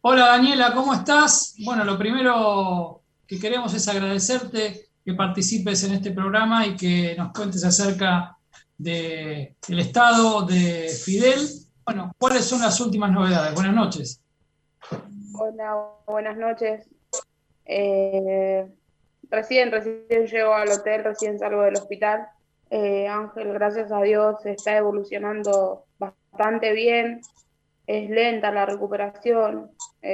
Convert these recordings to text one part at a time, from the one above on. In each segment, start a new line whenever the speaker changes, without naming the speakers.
Hola Daniela, ¿cómo estás? Bueno, lo primero que queremos es agradecerte que participes en este programa y que nos cuentes acerca del estado de Fidel. Bueno, ¿cuáles son las últimas novedades? Buenas noches.
Hola, buenas noches. Eh, recién llego al hotel, recién salgo del hospital. Ángel, gracias a Dios, está evolucionando bastante bien. Es lenta la recuperación.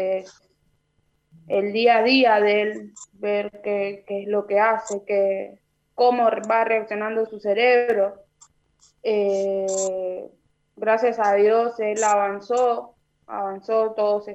El día a día de él, ver qué es lo que hace, cómo va reaccionando su cerebro. Eh, Gracias a Dios él avanzó,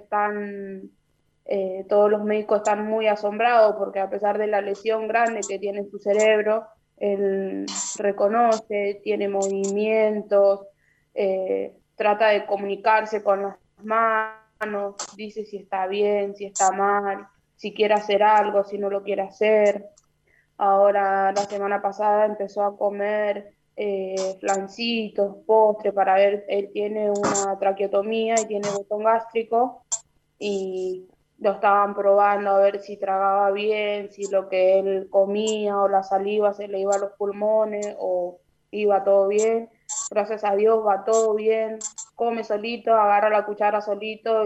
todos los médicos están muy asombrados porque a pesar de la lesión grande que tiene en su cerebro, él reconoce, tiene movimientos, trata de comunicarse con las manos, dice si está bien, si está mal, si quiere hacer algo, si no lo quiere hacer. Ahora, la semana pasada empezó a comer flancitos, postre, para ver, él tiene una traqueotomía y tiene botón gástrico y lo estaban probando a ver si tragaba bien, si lo que él comía o la saliva se le iba a los pulmones o iba todo bien. Gracias a Dios va todo bien, come solito, agarra la cuchara solito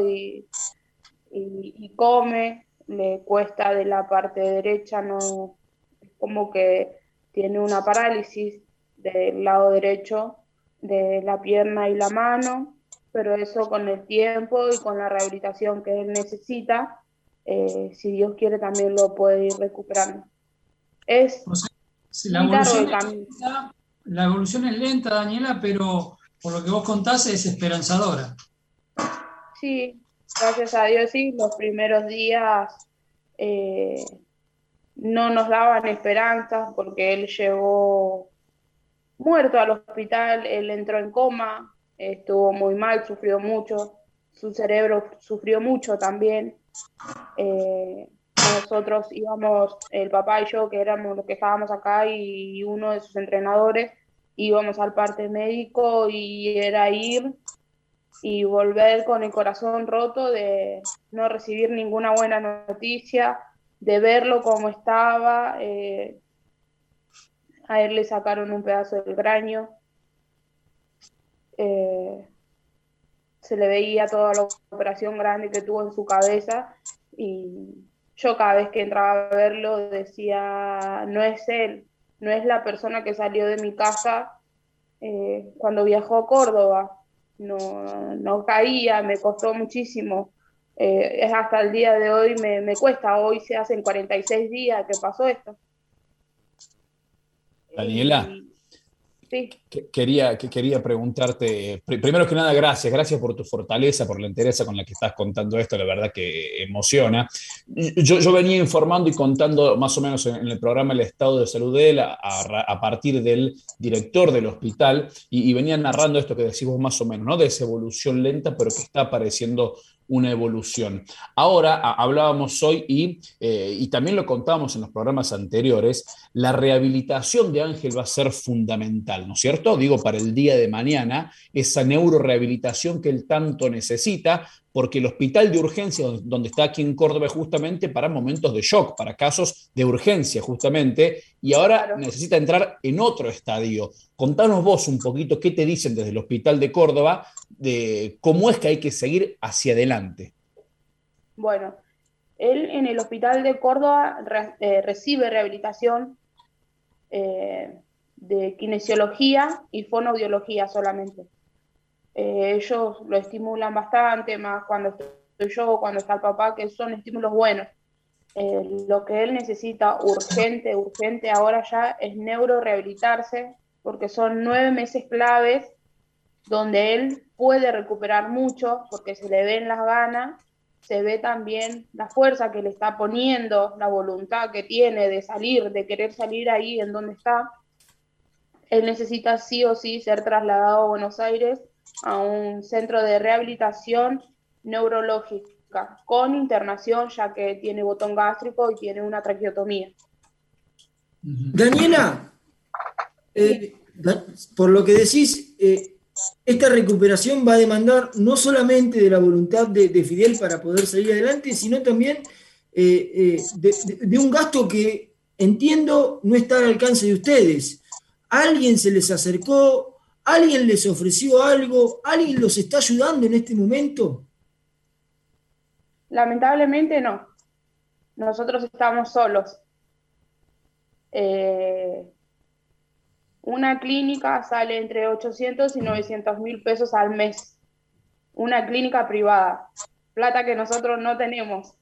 y come, le cuesta de la parte derecha, no, como que tiene una parálisis del lado derecho de la pierna y la mano, pero eso con el tiempo y con la rehabilitación que él necesita, si Dios quiere también lo puede ir recuperando. Es
O sea, si la
muy largo
evolución
el
es
camino.
lenta, la evolución es lenta, Daniela, pero por lo que vos contás es esperanzadora.
Sí, gracias a Dios, sí, los primeros días eh, no nos daban esperanzas porque él llegó muerto al hospital, él entró en coma, estuvo muy mal, sufrió mucho, su cerebro sufrió mucho también. Nosotros íbamos, el papá y yo, que éramos los que estábamos acá, y uno de sus entrenadores, íbamos al parte médico y era ir y volver con el corazón roto de no recibir ninguna buena noticia, de verlo como estaba. A él le sacaron un pedazo del cráneo. eh, Se le veía toda la operación grande que tuvo en su cabeza y yo cada vez que entraba a verlo decía, no es él, no es la persona que salió de mi casa cuando viajó a Córdoba, no caía, me costó muchísimo. Es hasta el día de hoy me cuesta, hoy se hacen 46 días que pasó esto.
Daniela,
Y sí,
quería preguntarte, primero que nada, gracias por tu fortaleza, por la entereza con la que estás contando esto, la verdad que emociona. Yo venía informando y contando más o menos en el programa el estado de salud de él a partir del director del hospital y venía narrando esto que decís vos más o menos, ¿no? De esa evolución lenta, pero que está apareciendo una evolución. Ahora hablábamos hoy y también lo contábamos en los programas anteriores, la rehabilitación de Ángel va a ser fundamental, ¿no es cierto? Digo, para el día de mañana, esa neurorehabilitación que él tanto necesita, porque el hospital de urgencia, donde está aquí en Córdoba, es justamente para momentos de shock, para casos de urgencia, justamente, y ahora
claro.
necesita entrar en otro estadio. Contanos vos un poquito qué te dicen desde el hospital de Córdoba de cómo es que hay que seguir hacia adelante.
Bueno, él en el hospital de Córdoba recibe rehabilitación de kinesiología y fonoaudiología solamente. Ellos lo estimulan bastante, más cuando estoy yo, cuando está el papá, que son estímulos buenos. Lo que él necesita urgente ahora ya es neurorehabilitarse, porque son 9 meses claves donde él puede recuperar mucho, porque se le ven las ganas, se ve también la fuerza que le está poniendo, la voluntad que tiene de salir, de querer salir ahí en donde está. Él necesita sí o sí ser trasladado a Buenos Aires a un centro de rehabilitación neurológica con internación, ya que tiene botón gástrico y tiene una traqueotomía.
Ujú.
Daniela,
Sí,
por lo que decís, esta recuperación va a demandar no solamente de la voluntad de Fidel para poder salir adelante, sino también de un gasto que entiendo no está al alcance de ustedes. ¿Alguien se les acercó? ¿Alguien les ofreció algo? ¿Alguien los está ayudando en este momento?
Lamentablemente no. Nosotros estamos solos. Una clínica sale entre 800 y 900 mil pesos al mes. Una clínica privada. Plata que nosotros no tenemos.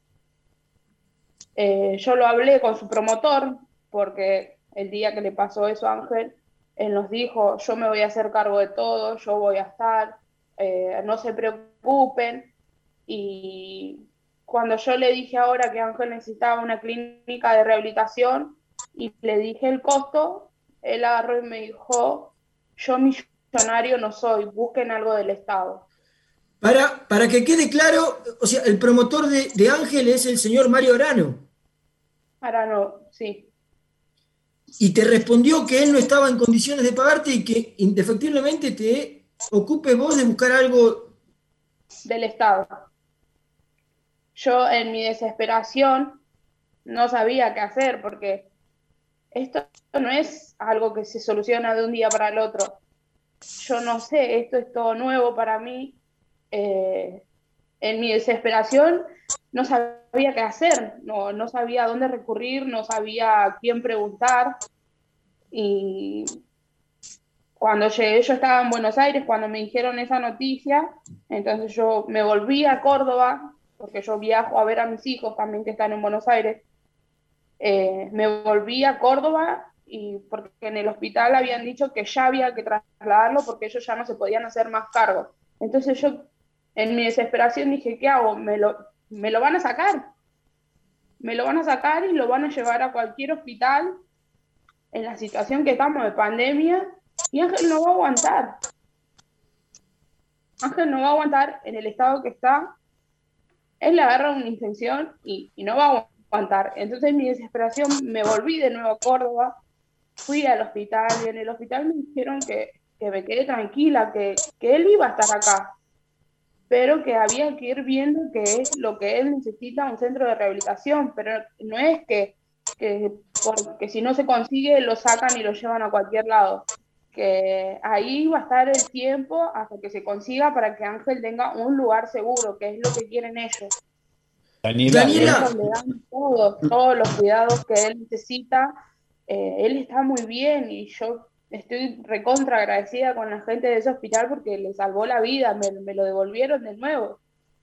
Yo lo hablé con su promotor, porque el día que le pasó eso a Ángel, él nos dijo, yo me voy a hacer cargo de todo, yo voy a estar, no se preocupen. Y cuando yo le dije ahora que Ángel necesitaba una clínica de rehabilitación y le dije el costo, él agarró y me dijo, yo millonario no soy, busquen algo del Estado.
Para que quede claro, o sea, el promotor de Ángel es el señor Mario Arano.
Arano, sí.
Y te respondió que él no estaba en condiciones de pagarte y que indefectiblemente te ocupes vos de buscar algo
del Estado. Yo en mi desesperación no sabía qué hacer porque esto no es algo que se soluciona de un día para el otro. Yo no sé, esto es todo nuevo para mí. En mi desesperación no sabía qué hacer, no sabía a dónde recurrir, no sabía a quién preguntar. Y cuando llegué, yo estaba en Buenos Aires, cuando me dijeron esa noticia, entonces yo me volví a Córdoba, porque yo viajo a ver a mis hijos también que están en Buenos Aires. Me volví a Córdoba y porque en el hospital habían dicho que ya había que trasladarlo porque ellos ya no se podían hacer más cargo. Entonces yo en mi desesperación dije, ¿qué hago? Me lo van a sacar. Me lo van a sacar y lo van a llevar a cualquier hospital en la situación que estamos de pandemia y Ángel no va a aguantar. Ángel no va a aguantar en el estado que está. Él le agarra una infección y no va a aguantar. Entonces en mi desesperación me volví de nuevo a Córdoba, fui al hospital y en el hospital me dijeron que me quedé tranquila, que él iba a estar acá, pero que había que ir viendo qué es lo que él necesita, un centro de rehabilitación, pero no es que porque si no se consigue lo sacan y lo llevan a cualquier lado, que ahí va a estar el tiempo hasta que se consiga para que Ángel tenga un lugar seguro, que es lo que quieren ellos.
Daniela,
Ellos le dan todos los cuidados que él necesita, él está muy bien y yo estoy recontra agradecida con la gente de ese hospital porque le salvó la vida, me lo devolvieron de nuevo.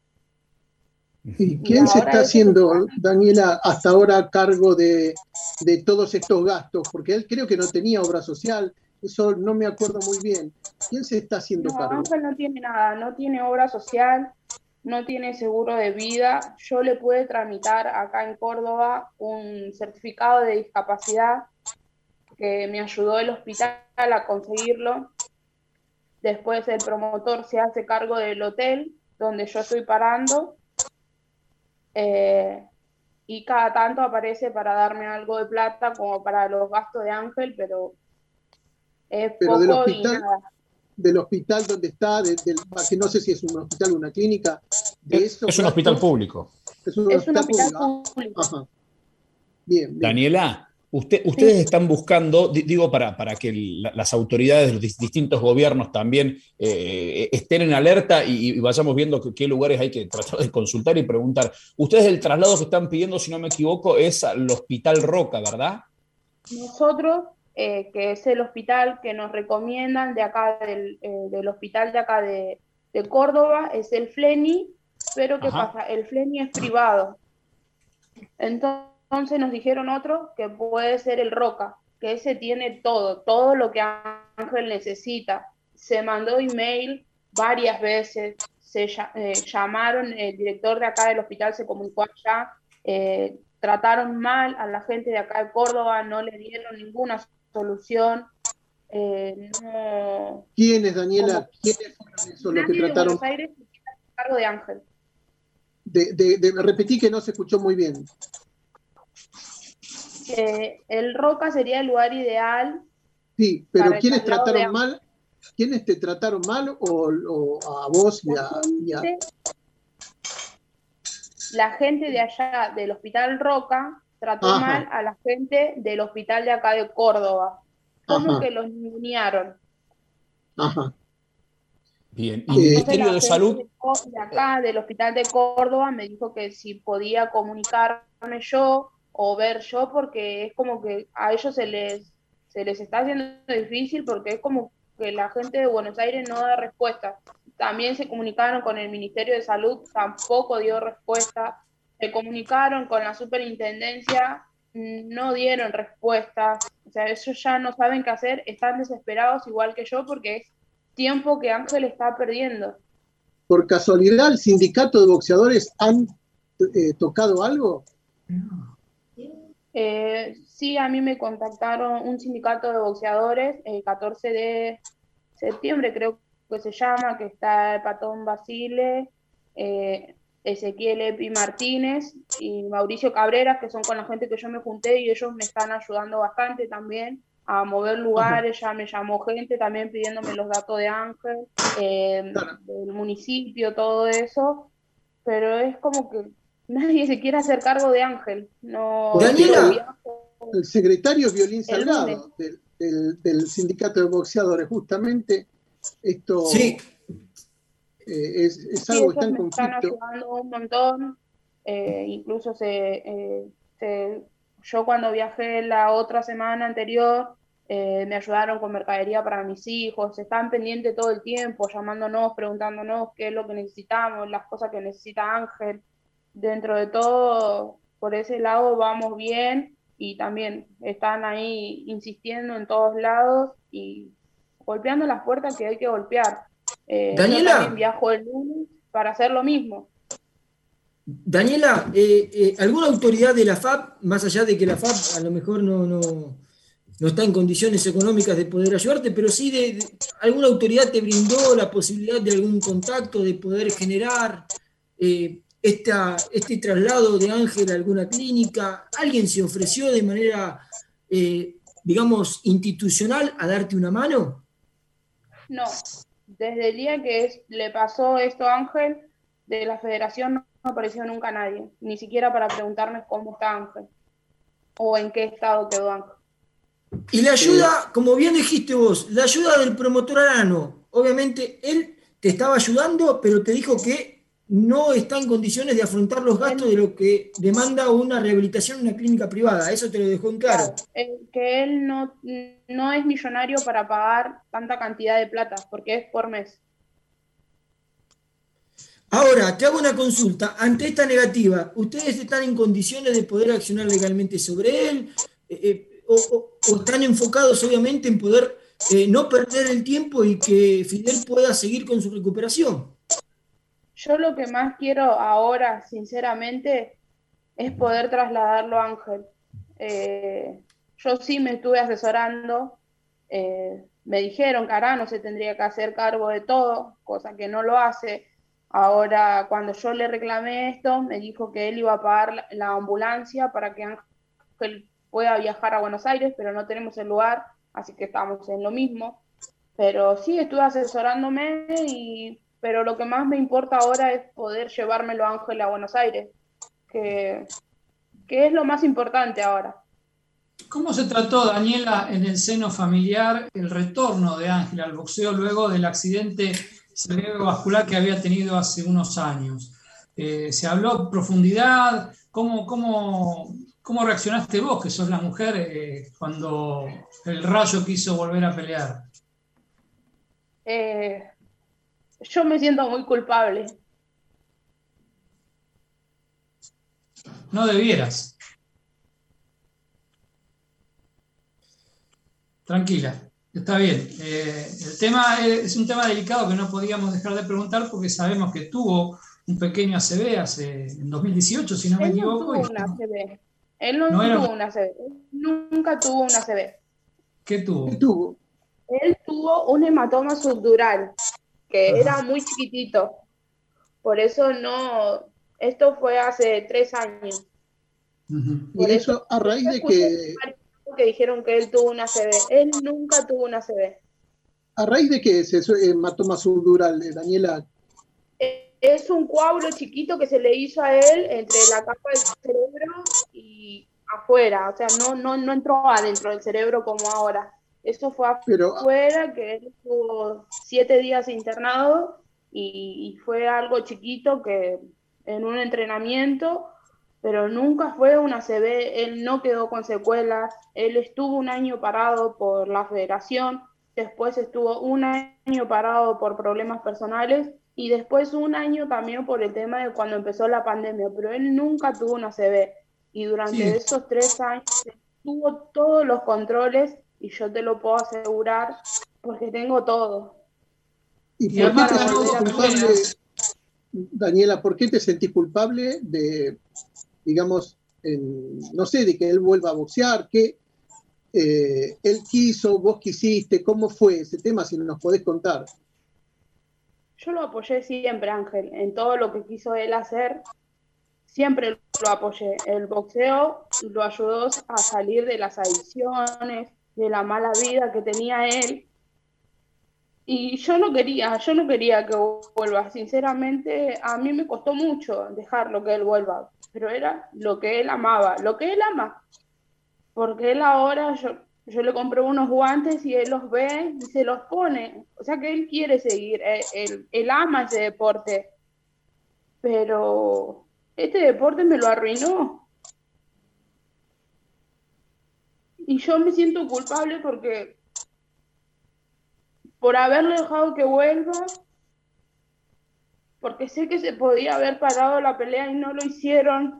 ¿Y quién se está haciendo, Daniela, hasta ahora a cargo de todos estos gastos? Porque él creo que no tenía obra social, eso no me acuerdo muy bien. ¿Quién se está haciendo cargo?
Ángel no tiene nada, no tiene obra social, no tiene seguro de vida. Yo le pude tramitar acá en Córdoba un certificado de discapacidad que me ayudó el hospital a conseguirlo. Después el promotor se hace cargo del hotel donde yo estoy parando. Y cada tanto aparece para darme algo de plata como para los gastos de Ángel, pero es poco
del hospital,
y nada.
Del hospital donde está, que no sé si es un hospital o una clínica.
Es un hospital público.
Es un hospital público. Ajá. Bien.
Daniela, ustedes están buscando, digo, para que las autoridades de los distintos gobiernos también estén en alerta y vayamos viendo qué lugares hay que tratar de consultar y preguntar. Ustedes el traslado que están pidiendo, si no me equivoco, es al Hospital Roca, ¿verdad?
Nosotros, que es el hospital que nos recomiendan de acá, del hospital de acá de Córdoba, es el FLENI, pero ¿qué pasa? El FLENI es privado. Entonces nos dijeron otro que puede ser el Roca, que ese tiene todo lo que Ángel necesita. Se mandó email varias veces, se llamaron, el director de acá del hospital se comunicó allá, trataron mal a la gente de acá de Córdoba, no le dieron ninguna solución. No,
¿Quiénes, Daniela? ¿Quiénes fueron esos los que trataron?
Buenos Aires se queda a cargo de Ángel.
Repetí que no se escuchó muy bien.
El Roca sería el lugar ideal.
Sí, pero ¿quiénes trataron mal? ¿Quiénes te trataron mal o a vos y a...
La gente de allá del Hospital Roca trató
Ajá.
mal a la gente del hospital de acá de Córdoba. Como
Ajá.
que los ningunearon.
Ajá.
Bien. ¿Y el
Entonces
Ministerio
la
de
gente
Salud?
de acá del Hospital de Córdoba me dijo que si podía comunicarme yo o ver yo, porque es como que a ellos se les está haciendo difícil, porque es como que la gente de Buenos Aires no da respuesta. También se comunicaron con el Ministerio de Salud, tampoco dio respuesta. Se comunicaron con la superintendencia, no dieron respuesta. O sea, ellos ya no saben qué hacer, están desesperados igual que yo, porque es tiempo que Ángel está perdiendo.
¿Por casualidad el sindicato de boxeadores han tocado algo?
Sí, a mí me contactaron un sindicato de boxeadores el 14 de septiembre, creo que se llama, que está Patón Basile, Ezequiel Epi Martínez y Mauricio Cabreras, que son con la gente que yo me junté, y ellos me están ayudando bastante también a mover lugares. Ya me llamó gente también pidiéndome los datos de Ángel, del municipio, todo eso, pero es como que nadie se quiere hacer cargo de Ángel. No,
Daniela,
el secretario Violín
el lunes.
Salgado del sindicato de boxeadores, justamente esto
sí,
es algo que está en
me están
conflicto.
ayudando un montón. Incluso yo cuando viajé la otra semana anterior, me ayudaron con mercadería para mis hijos. Están pendientes todo el tiempo, llamándonos, preguntándonos qué es lo que necesitamos, las cosas que necesita Ángel. Dentro de todo, por ese lado vamos bien, y también están ahí insistiendo en todos lados y golpeando las puertas que hay que golpear. Yo también
Daniela,
viajo el lunes para hacer lo mismo.
Daniela, ¿alguna autoridad de la FAP, más allá de que la FAP a lo mejor no está en condiciones económicas de poder ayudarte, pero sí alguna autoridad te brindó la posibilidad de algún contacto, de poder generar este traslado de Ángel a alguna clínica? ¿Alguien se ofreció de manera, digamos, institucional a darte una mano?
No, desde el día que le pasó esto a Ángel, de la federación no apareció nunca nadie, ni siquiera para preguntarme cómo está Ángel o en qué estado quedó Ángel.
Y la ayuda, como bien dijiste vos, la ayuda del promotor Arano, obviamente él te estaba ayudando, pero te dijo que no está en condiciones de afrontar los gastos de lo que demanda una rehabilitación en una clínica privada. Eso te lo dejó en claro.
Que él no es millonario para pagar tanta cantidad de plata, porque es por mes.
Ahora, te hago una consulta. Ante esta negativa, ¿ustedes están en condiciones de poder accionar legalmente sobre él? ¿O están enfocados, obviamente, en poder no perder el tiempo y que Fidel pueda seguir con su recuperación?
Yo lo que más quiero ahora, sinceramente, es poder trasladarlo a Ángel. Yo sí me estuve asesorando. Me dijeron que Arano se tendría que hacer cargo de todo, cosa que no lo hace. Ahora, cuando yo le reclamé esto, me dijo que él iba a pagar la ambulancia para que Ángel pueda viajar a Buenos Aires, pero no tenemos el lugar, así que estamos en lo mismo. Pero sí, estuve asesorándome, pero lo que más me importa ahora es poder llevármelo a Ángel a Buenos Aires, que es lo más importante ahora.
¿Cómo se trató, Daniela, en el seno familiar el retorno de Ángel al boxeo luego del accidente cerebrovascular que había tenido hace unos años? ¿Se habló en profundidad? ¿Cómo reaccionaste vos, que sos la mujer, cuando el Rayo quiso volver a pelear?
Yo me siento muy culpable.
No debieras. Tranquila, está bien. El tema es un tema delicado que no podíamos dejar de preguntar, porque sabemos que tuvo un pequeño ACV en 2018, si no me equivoco.
Él no tuvo una ACV. Él no tuvo una ACV. Él nunca tuvo una ACV.
¿Qué tuvo?
¿Qué tuvo?
Él tuvo un hematoma subdural, que era muy chiquitito. Por eso no... Esto fue hace 3 años.
Y eso a raíz de que
dijeron que él tuvo una ACV. Él nunca tuvo una ACV.
¿A raíz de qué se mató Masud Dural, Daniela?
Es un coágulo chiquito que se le hizo a él entre la capa del cerebro y afuera, o sea, no entró adentro del cerebro como ahora. Eso fue afuera, que él estuvo 7 días internado y fue algo chiquito que en un entrenamiento, pero nunca fue una ACV, él no quedó con secuelas, él estuvo 1 año parado por la federación, después estuvo 1 año parado por problemas personales y después 1 año también por el tema de cuando empezó la pandemia, pero él nunca tuvo una ACV y durante esos 3 años tuvo todos los controles y yo te lo puedo asegurar porque tengo todo.
¿Y por qué te sentís culpable, Daniela? ¿Por qué te sentís culpable de, digamos, no sé, de que él vuelva a boxear? ¿Qué él quiso, vos quisiste? ¿Cómo fue ese tema? Si nos podés contar.
Yo lo apoyé siempre, Ángel, en todo lo que quiso él hacer. Siempre lo apoyé. El boxeo lo ayudó a salir de las adicciones, de la mala vida que tenía él. Y yo no quería que vuelva. Sinceramente, a mí me costó mucho dejarlo que él vuelva. Pero era lo que él amaba, lo que él ama. Porque él ahora, yo le compré unos guantes y él los ve y se los pone. O sea que él quiere seguir, él ama ese deporte. Pero este deporte me lo arruinó. Y yo me siento culpable por haberle dejado que vuelva, porque sé que se podía haber parado la pelea y no lo hicieron.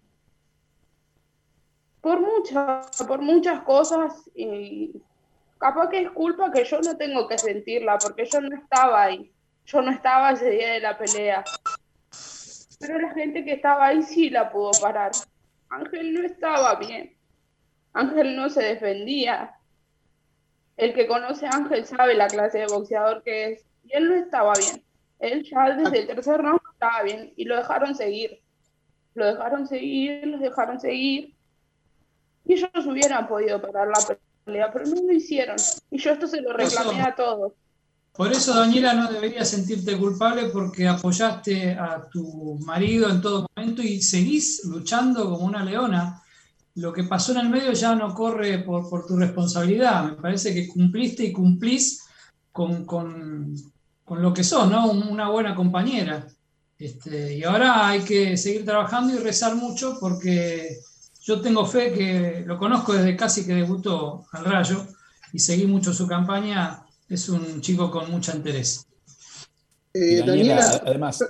Por muchas cosas, y capaz que es culpa que yo no tengo que sentirla, porque yo no estaba ahí. Yo no estaba ese día de la pelea. Pero la gente que estaba ahí sí la pudo parar. Ángel no estaba bien. Ángel no se defendía. El que conoce a Ángel sabe la clase de boxeador que es. Y él no estaba bien. Él ya desde el 3er round estaba bien. Y lo dejaron seguir. Lo dejaron seguir. Y ellos hubieran podido parar la pelea, pero no lo hicieron. Y yo esto se lo reclamé a todos.
Por eso, Daniela, no deberías sentirte culpable porque apoyaste a tu marido en todo momento y seguís luchando como una leona. Lo que pasó en el medio ya no corre por tu responsabilidad. Me parece que cumpliste y cumplís con lo que sos, ¿no? Una buena compañera. Y ahora hay que seguir trabajando y rezar mucho porque yo tengo fe que lo conozco desde casi que debutó al Rayo y seguí mucho su campaña. Es un chico con mucha interés.
Daniela,
además,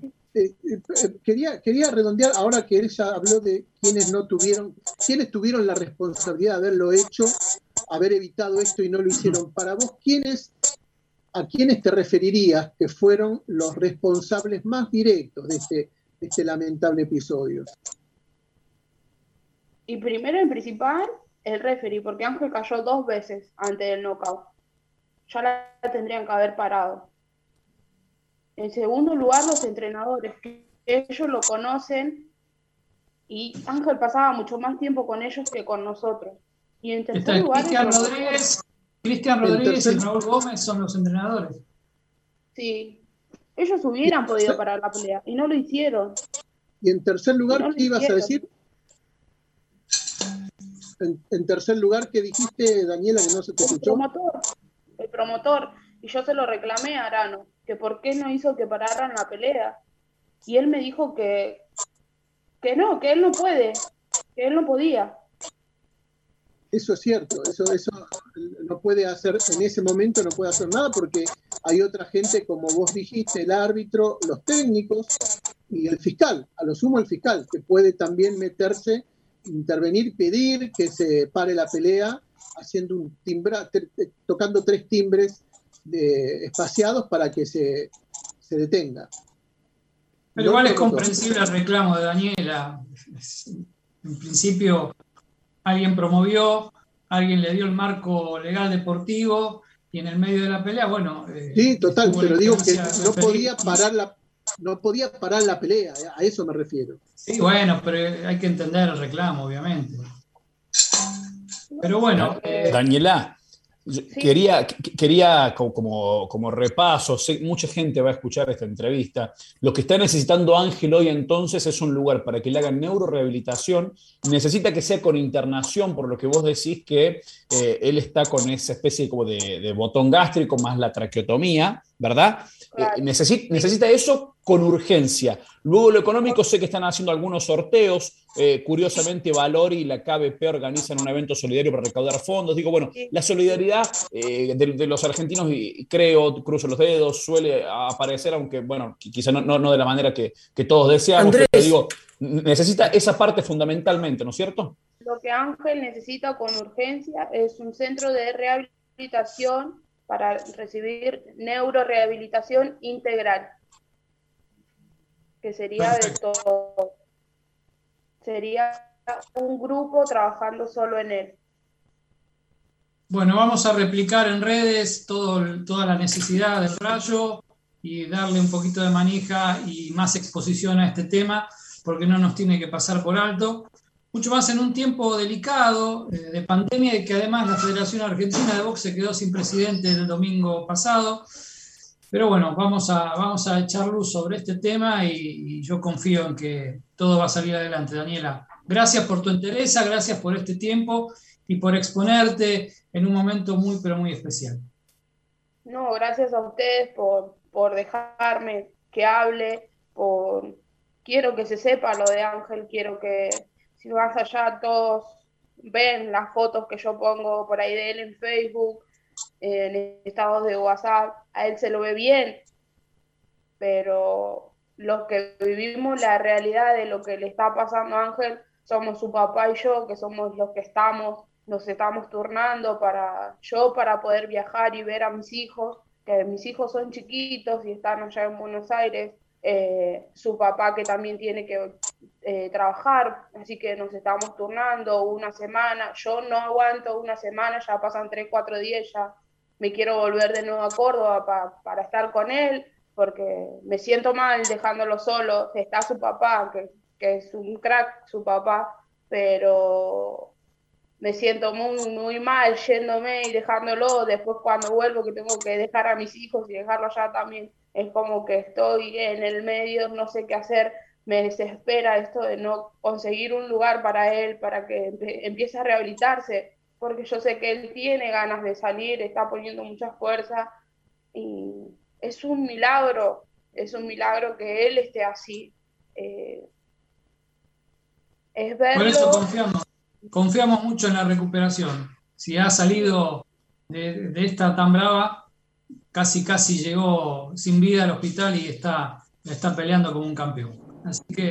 quería redondear, ahora que ella habló de quienes tuvieron la responsabilidad de haberlo hecho, haber evitado esto y no lo hicieron. Para vos, ¿a quiénes te referirías que fueron los responsables más directos de este lamentable episodio?
Y primero en principal, el referee, porque Ángel cayó 2 veces antes del knockout. Ya la tendrían que haber parado. En segundo lugar, los entrenadores, que ellos lo conocen y Ángel pasaba mucho más tiempo con ellos que con nosotros. Y en tercer lugar,
Cristian Rodríguez y Raúl Gómez son los entrenadores.
Sí, ellos hubieran podido parar la pelea y no lo hicieron.
Y en tercer lugar, ¿qué ibas a decir? En tercer lugar, ¿qué dijiste, Daniela, que no se te escuchó?
El promotor, y yo se lo reclamé a Arano, que por qué no hizo que pararan la pelea. Y él me dijo que no, que él no puede, que él no podía.
Eso es cierto, eso no puede hacer, en ese momento no puede hacer nada porque hay otra gente, como vos dijiste, el árbitro, los técnicos y el fiscal, a lo sumo el fiscal, que puede también meterse, intervenir, pedir que se pare la pelea, haciendo tocando 3 timbres espaciados para que se detenga.
Pero igual es comprensible el reclamo de Daniela. En principio, alguien promovió, alguien le dio el marco legal deportivo y en el medio de la pelea, bueno...
sí, total, pero digo que no podía parar la pelea, a eso me refiero.
Sí, bueno, pero hay que entender el reclamo, obviamente. Pero bueno...
Daniela, Quería como repaso, mucha gente va a escuchar esta entrevista. Lo que está necesitando Ángel hoy entonces es un lugar para que le hagan neurorehabilitación. Necesita que sea con internación, por lo que vos decís que él está con esa especie como de botón gástrico más la traqueotomía, ¿verdad?
Claro.
Necesita eso con urgencia. Luego lo económico, sé que están haciendo algunos sorteos. Curiosamente, Valor y la KBP organizan un evento solidario para recaudar fondos. Digo, bueno, la solidaridad de los argentinos, y creo, cruzo los dedos, suele aparecer, aunque, bueno, quizá no de la manera que todos deseamos,
Andrés,
pero digo, necesita esa parte fundamentalmente, ¿no es cierto?
Lo que Ángel necesita con urgencia es un centro de rehabilitación para recibir neurorehabilitación integral, que sería de todo. Sería un grupo trabajando solo en él.
Bueno, vamos a replicar en redes toda la necesidad del Rayo y darle un poquito de manija y más exposición a este tema, porque no nos tiene que pasar por alto. Mucho más en un tiempo delicado de pandemia, y que además la Federación Argentina de Box se quedó sin presidente el domingo pasado. Pero bueno, vamos a echar luz sobre este tema y yo confío en que todo va a salir adelante, Daniela. Gracias por tu entereza, gracias por este tiempo y por exponerte en un momento muy, pero muy especial.
No, gracias a ustedes por dejarme que hable, quiero que se sepa lo de Ángel, quiero que si más allá todos ven las fotos que yo pongo por ahí de él en Facebook, en estados de WhatsApp, a él se lo ve bien, pero los que vivimos la realidad de lo que le está pasando a Ángel somos su papá y yo, que somos los que nos estamos turnando para poder viajar y ver a mis hijos, que mis hijos son chiquitos y están allá en Buenos Aires, su papá que también tiene que trabajar, así que nos estamos turnando una semana. Yo no aguanto una semana, ya pasan 3-4 días, ya me quiero volver de nuevo a Córdoba para estar con él, porque me siento mal dejándolo solo. Está su papá, que es un crack su papá, pero me siento muy, muy mal yéndome y dejándolo. Después cuando vuelvo, que tengo que dejar a mis hijos y dejarlo allá también, es como que estoy en el medio, no sé qué hacer. Me desespera esto de no conseguir un lugar para él, para que empiece a rehabilitarse, porque yo sé que él tiene ganas de salir, está poniendo mucha fuerza, y es un milagro que él esté así. Es verlo.
Por eso confiamos mucho en la recuperación. Si ha salido de esta tan brava, casi llegó sin vida al hospital y está peleando como un campeón. Así que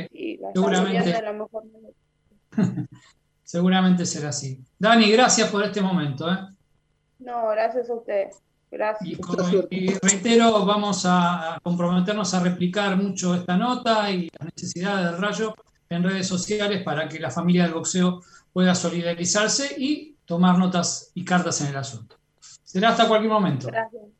seguramente será así. Dani, gracias por este momento.
No, gracias a usted. Gracias.
Y reitero, vamos a comprometernos a replicar mucho esta nota y las necesidades del Rayo en redes sociales para que la familia del boxeo pueda solidarizarse y tomar notas y cartas en el asunto. Será hasta cualquier momento.
Gracias.